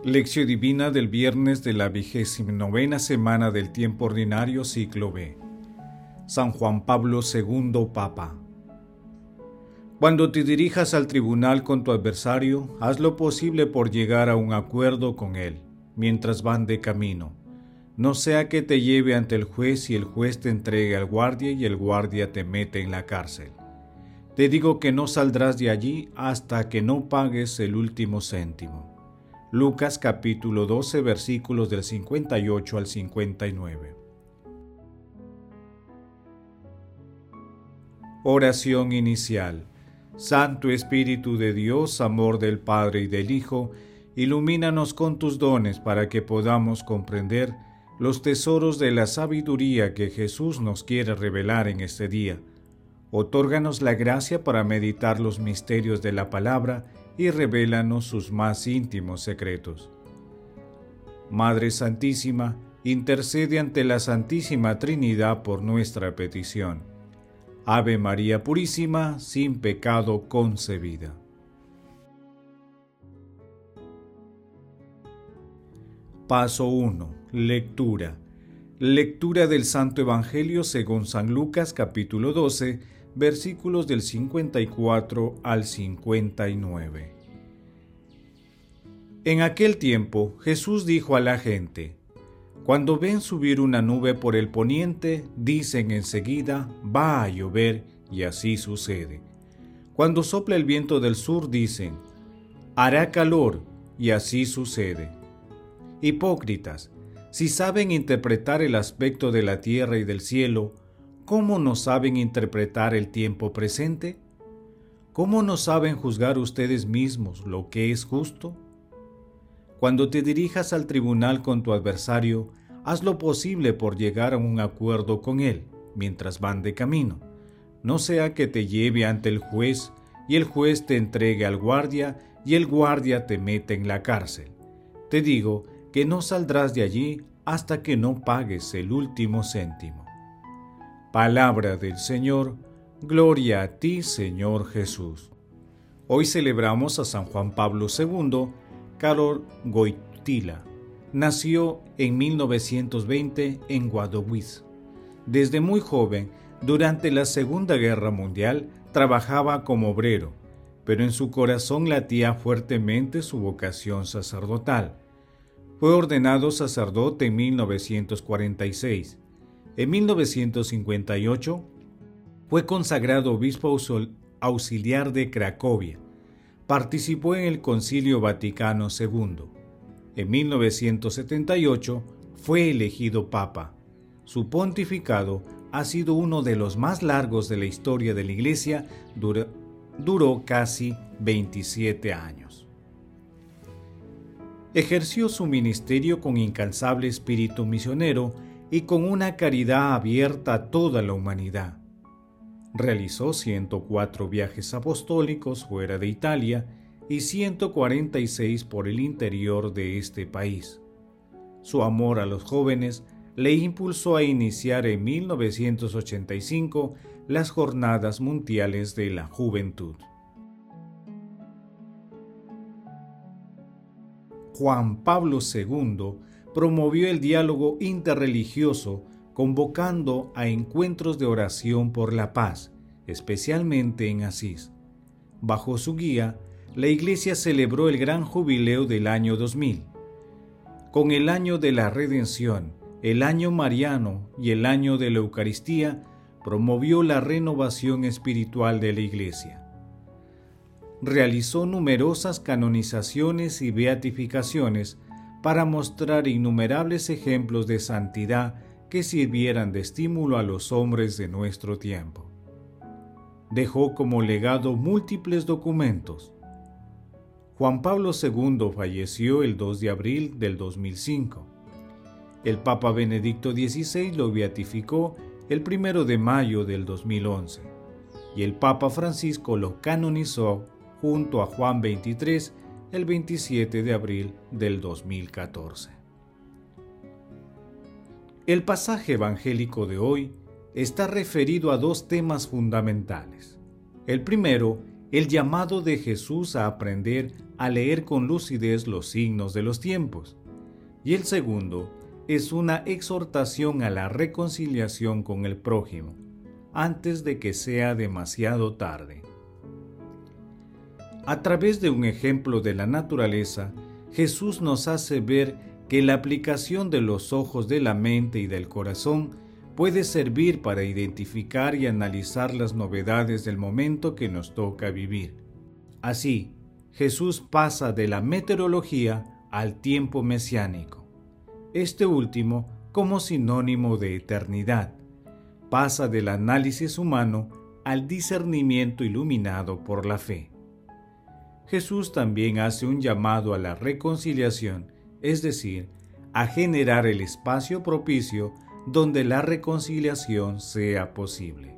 Lección Divina del viernes de la 29ª semana del tiempo ordinario, ciclo B. San Juan Pablo II, Papa. Cuando te dirijas al tribunal con tu adversario, haz lo posible por llegar a un acuerdo con él, mientras van de camino. No sea que te lleve ante el juez y el juez te entregue al guardia y el guardia te mete en la cárcel. Te digo que no saldrás de allí hasta que no pagues el último céntimo. Lucas capítulo 12, versículos del 58 al 59. Oración inicial. Santo Espíritu de Dios, amor del Padre y del Hijo, ilumínanos con tus dones para que podamos comprender los tesoros de la sabiduría que Jesús nos quiere revelar en este día. Otórganos la gracia para meditar los misterios de la palabra y revélanos sus más íntimos secretos. Madre Santísima, intercede ante la Santísima Trinidad por nuestra petición. Ave María Purísima, sin pecado concebida. Paso 1. Lectura. Lectura del Santo Evangelio según San Lucas capítulo 12, versículos del 54 al 59. En aquel tiempo Jesús dijo a la gente: cuando ven subir una nube por el poniente, dicen enseguida, va a llover, y así sucede. Cuando sopla el viento del sur, dicen, hará calor, y así sucede. Hipócritas, si saben interpretar el aspecto de la tierra y del cielo, ¿cómo no saben interpretar el tiempo presente? ¿Cómo no saben juzgar ustedes mismos lo que es justo? Cuando te dirijas al tribunal con tu adversario, haz lo posible por llegar a un acuerdo con él, mientras van de camino. No sea que te lleve ante el juez, y el juez te entregue al guardia, y el guardia te mete en la cárcel. Te digo que no saldrás de allí hasta que no pagues el último céntimo. Palabra del Señor, gloria a ti, Señor Jesús. Hoy celebramos a San Juan Pablo II, Karol Wojtyła. Nació en 1920 en Wadowice. Desde muy joven, durante la Segunda Guerra Mundial, trabajaba como obrero, pero en su corazón latía fuertemente su vocación sacerdotal. Fue ordenado sacerdote en 1946. En 1958 fue consagrado obispo auxiliar de Cracovia. Participó en el Concilio Vaticano II. En 1978 fue elegido papa. Su pontificado ha sido uno de los más largos de la historia de la Iglesia, duró casi 27 años. Ejerció su ministerio con incansable espíritu misionero y con una caridad abierta a toda la humanidad. Realizó 104 viajes apostólicos fuera de Italia y 146 por el interior de este país. Su amor a los jóvenes le impulsó a iniciar en 1985 las Jornadas Mundiales de la Juventud. Juan Pablo II promovió el diálogo interreligioso, convocando a encuentros de oración por la paz, especialmente en Asís. Bajo su guía, la Iglesia celebró el gran jubileo del año 2000. Con el año de la Redención, el año mariano y el año de la Eucaristía, promovió la renovación espiritual de la Iglesia. Realizó numerosas canonizaciones y beatificaciones para mostrar innumerables ejemplos de santidad que sirvieran de estímulo a los hombres de nuestro tiempo. Dejó como legado múltiples documentos. Juan Pablo II falleció el 2 de abril del 2005. El Papa Benedicto XVI lo beatificó el 1 de mayo del 2011 y el Papa Francisco lo canonizó junto a Juan XXIII el 27 de abril del 2014. El pasaje evangélico de hoy está referido a dos temas fundamentales. El primero el llamado de Jesús a aprender a leer con lucidez los signos de los tiempos. Y el segundo es una exhortación a la reconciliación con el prójimo, antes de que sea demasiado tarde. A través de un ejemplo de la naturaleza, Jesús nos hace ver que la aplicación de los ojos de la mente y del corazón puede servir para identificar y analizar las novedades del momento que nos toca vivir. Así, Jesús pasa de la meteorología al tiempo mesiánico, este último como sinónimo de eternidad. Pasa del análisis humano al discernimiento iluminado por la fe. Jesús también hace un llamado a la reconciliación, es decir, a generar el espacio propicio donde la reconciliación sea posible.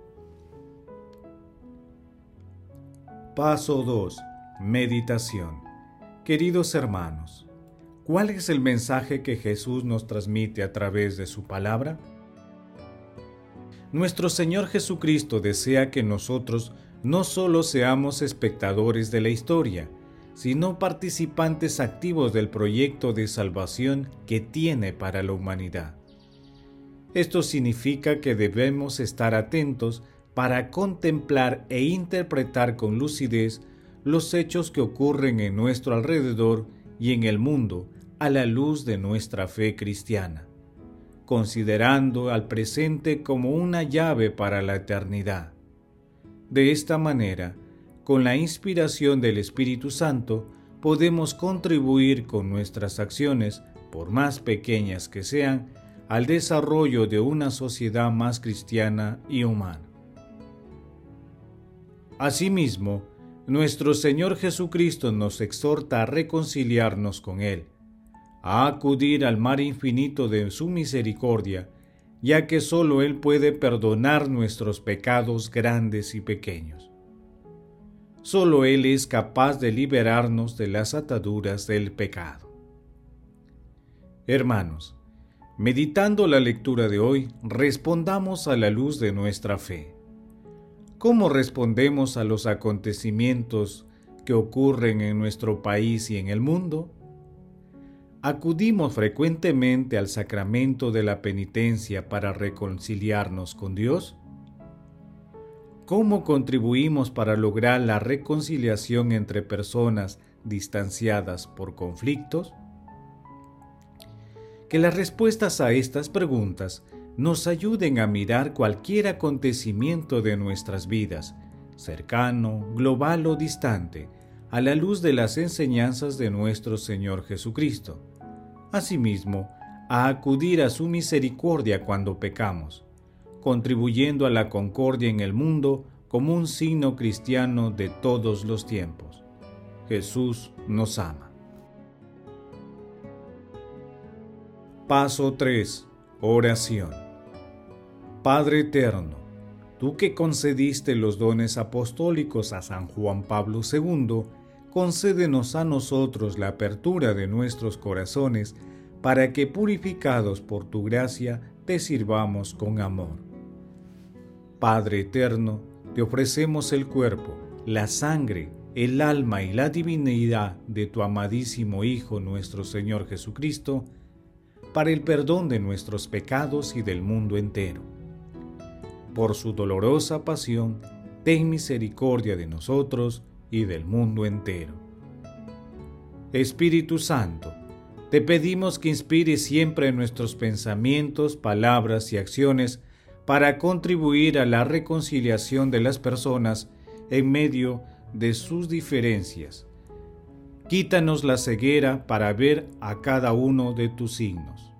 Paso 2. Meditación. Queridos hermanos, ¿cuál es el mensaje que Jesús nos transmite a través de su palabra? Nuestro Señor Jesucristo desea que nosotros no solo seamos espectadores de la historia, sino participantes activos del proyecto de salvación que tiene para la humanidad. Esto significa que debemos estar atentos para contemplar e interpretar con lucidez los hechos que ocurren en nuestro alrededor y en el mundo a la luz de nuestra fe cristiana, considerando al presente como una llave para la eternidad. De esta manera, con la inspiración del Espíritu Santo, podemos contribuir con nuestras acciones, por más pequeñas que sean, al desarrollo de una sociedad más cristiana y humana. Asimismo, nuestro Señor Jesucristo nos exhorta a reconciliarnos con Él, a acudir al mar infinito de su misericordia, ya que solo Él puede perdonar nuestros pecados grandes y pequeños. Solo Él es capaz de liberarnos de las ataduras del pecado. Hermanos, meditando la lectura de hoy, respondamos a la luz de nuestra fe. ¿Cómo respondemos a los acontecimientos que ocurren en nuestro país y en el mundo? ¿Acudimos frecuentemente al sacramento de la penitencia para reconciliarnos con Dios? ¿Cómo contribuimos para lograr la reconciliación entre personas distanciadas por conflictos? Que las respuestas a estas preguntas nos ayuden a mirar cualquier acontecimiento de nuestras vidas, cercano, global o distante, a la luz de las enseñanzas de nuestro Señor Jesucristo. Asimismo, a acudir a su misericordia cuando pecamos, contribuyendo a la concordia en el mundo como un signo cristiano de todos los tiempos. Jesús nos ama. Paso 3. Oración. Padre eterno, tú que concediste los dones apostólicos a San Juan Pablo II, concédenos a nosotros la apertura de nuestros corazones para que, purificados por tu gracia, te sirvamos con amor. Padre eterno, te ofrecemos el cuerpo, la sangre, el alma y la divinidad de tu amadísimo Hijo nuestro Señor Jesucristo, para el perdón de nuestros pecados y del mundo entero. Por su dolorosa pasión, ten misericordia de nosotros y del mundo entero. Espíritu Santo, te pedimos que inspires siempre nuestros pensamientos, palabras y acciones para contribuir a la reconciliación de las personas en medio de sus diferencias. Quítanos la ceguera para ver a cada uno de tus signos.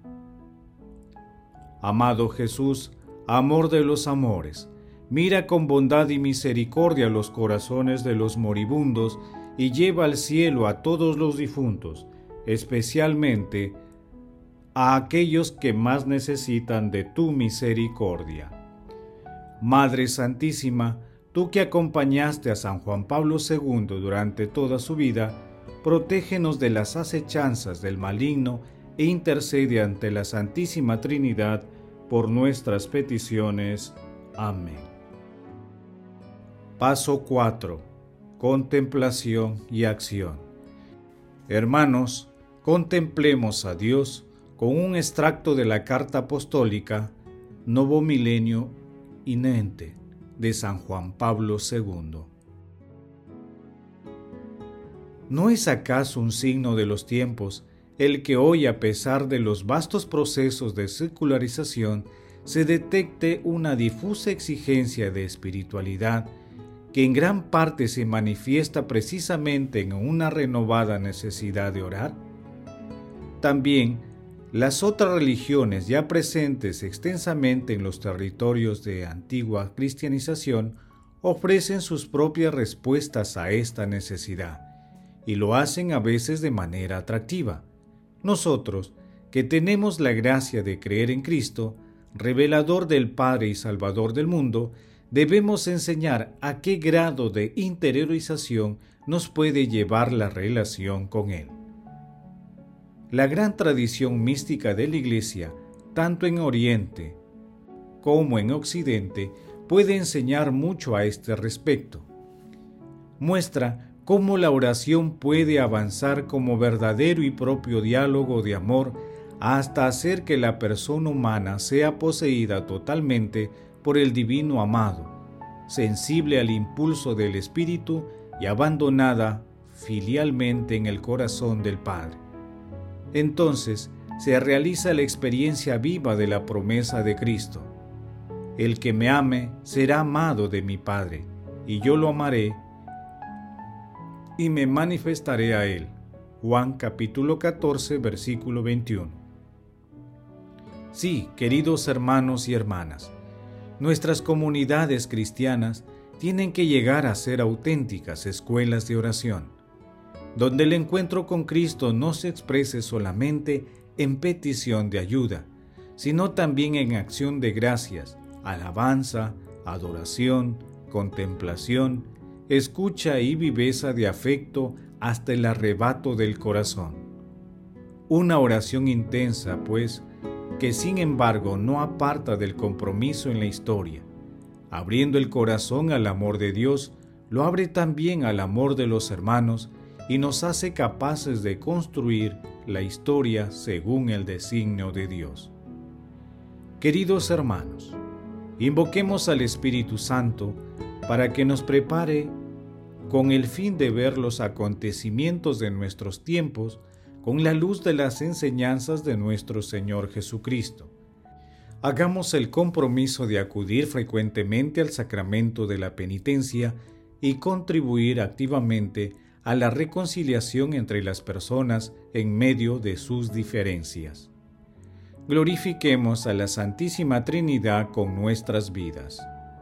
Amado Jesús, amor de los amores, mira con bondad y misericordia los corazones de los moribundos y lleva al cielo a todos los difuntos, especialmente a aquellos que más necesitan de tu misericordia. Madre Santísima, tú que acompañaste a San Juan Pablo II durante toda su vida, protégenos de las acechanzas del maligno e intercede ante la Santísima Trinidad por nuestras peticiones. Amén. Paso 4. Contemplación y acción. Hermanos, contemplemos a Dios con un extracto de la carta apostólica Novo Milenio Inente de San Juan Pablo II. ¿No es acaso un signo de los tiempos el que hoy, a pesar de los vastos procesos de secularización, se detecte una difusa exigencia de espiritualidad que en gran parte se manifiesta precisamente en una renovada necesidad de orar? También, las otras religiones ya presentes extensamente en los territorios de antigua cristianización ofrecen sus propias respuestas a esta necesidad, y lo hacen a veces de manera atractiva. Nosotros, que tenemos la gracia de creer en Cristo, revelador del Padre y Salvador del mundo, debemos enseñar a qué grado de interiorización nos puede llevar la relación con Él. La gran tradición mística de la Iglesia, tanto en Oriente como en Occidente, puede enseñar mucho a este respecto. Muestra cómo la oración puede avanzar como verdadero y propio diálogo de amor hasta hacer que la persona humana sea poseída totalmente por el divino amado, sensible al impulso del Espíritu y abandonada filialmente en el corazón del Padre. Entonces se realiza la experiencia viva de la promesa de Cristo. El que me ame será amado de mi Padre, y yo lo amaré y me manifestaré a él. Juan capítulo 14, versículo 21. Sí, queridos hermanos y hermanas, nuestras comunidades cristianas tienen que llegar a ser auténticas escuelas de oración, donde el encuentro con Cristo no se exprese solamente en petición de ayuda, sino también en acción de gracias, alabanza, adoración, contemplación, escucha y viveza de afecto hasta el arrebato del corazón. Una oración intensa, pues, que sin embargo no aparta del compromiso en la historia. Abriendo el corazón al amor de Dios, lo abre también al amor de los hermanos y nos hace capaces de construir la historia según el designio de Dios. Queridos hermanos, invoquemos al Espíritu Santo para que nos prepare con el fin de ver los acontecimientos de nuestros tiempos con la luz de las enseñanzas de nuestro Señor Jesucristo. Hagamos el compromiso de acudir frecuentemente al sacramento de la penitencia y contribuir activamente a la reconciliación entre las personas en medio de sus diferencias. Glorifiquemos a la Santísima Trinidad con nuestras vidas.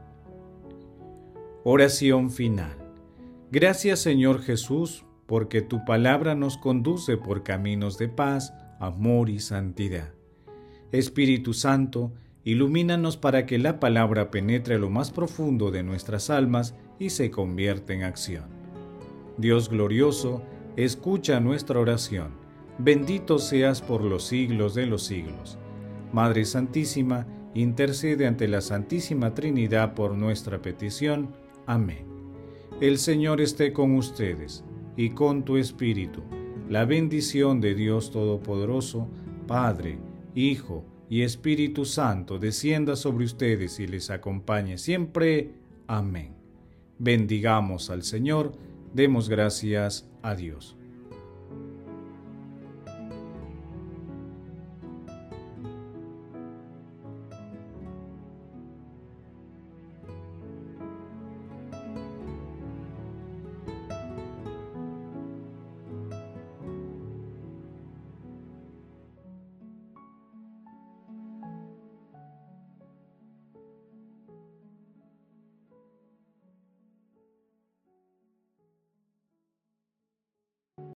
Oración final. Gracias, Señor Jesús, porque tu palabra nos conduce por caminos de paz, amor y santidad. Espíritu Santo, ilumínanos para que la palabra penetre a lo más profundo de nuestras almas y se convierta en acción. Dios glorioso, escucha nuestra oración. Bendito seas por los siglos de los siglos. Madre Santísima, intercede ante la Santísima Trinidad por nuestra petición. Amén. El Señor esté con ustedes y con tu espíritu. La bendición de Dios Todopoderoso, Padre, Hijo y Espíritu Santo, descienda sobre ustedes y les acompañe siempre. Amén. Bendigamos al Señor, demos gracias a Dios.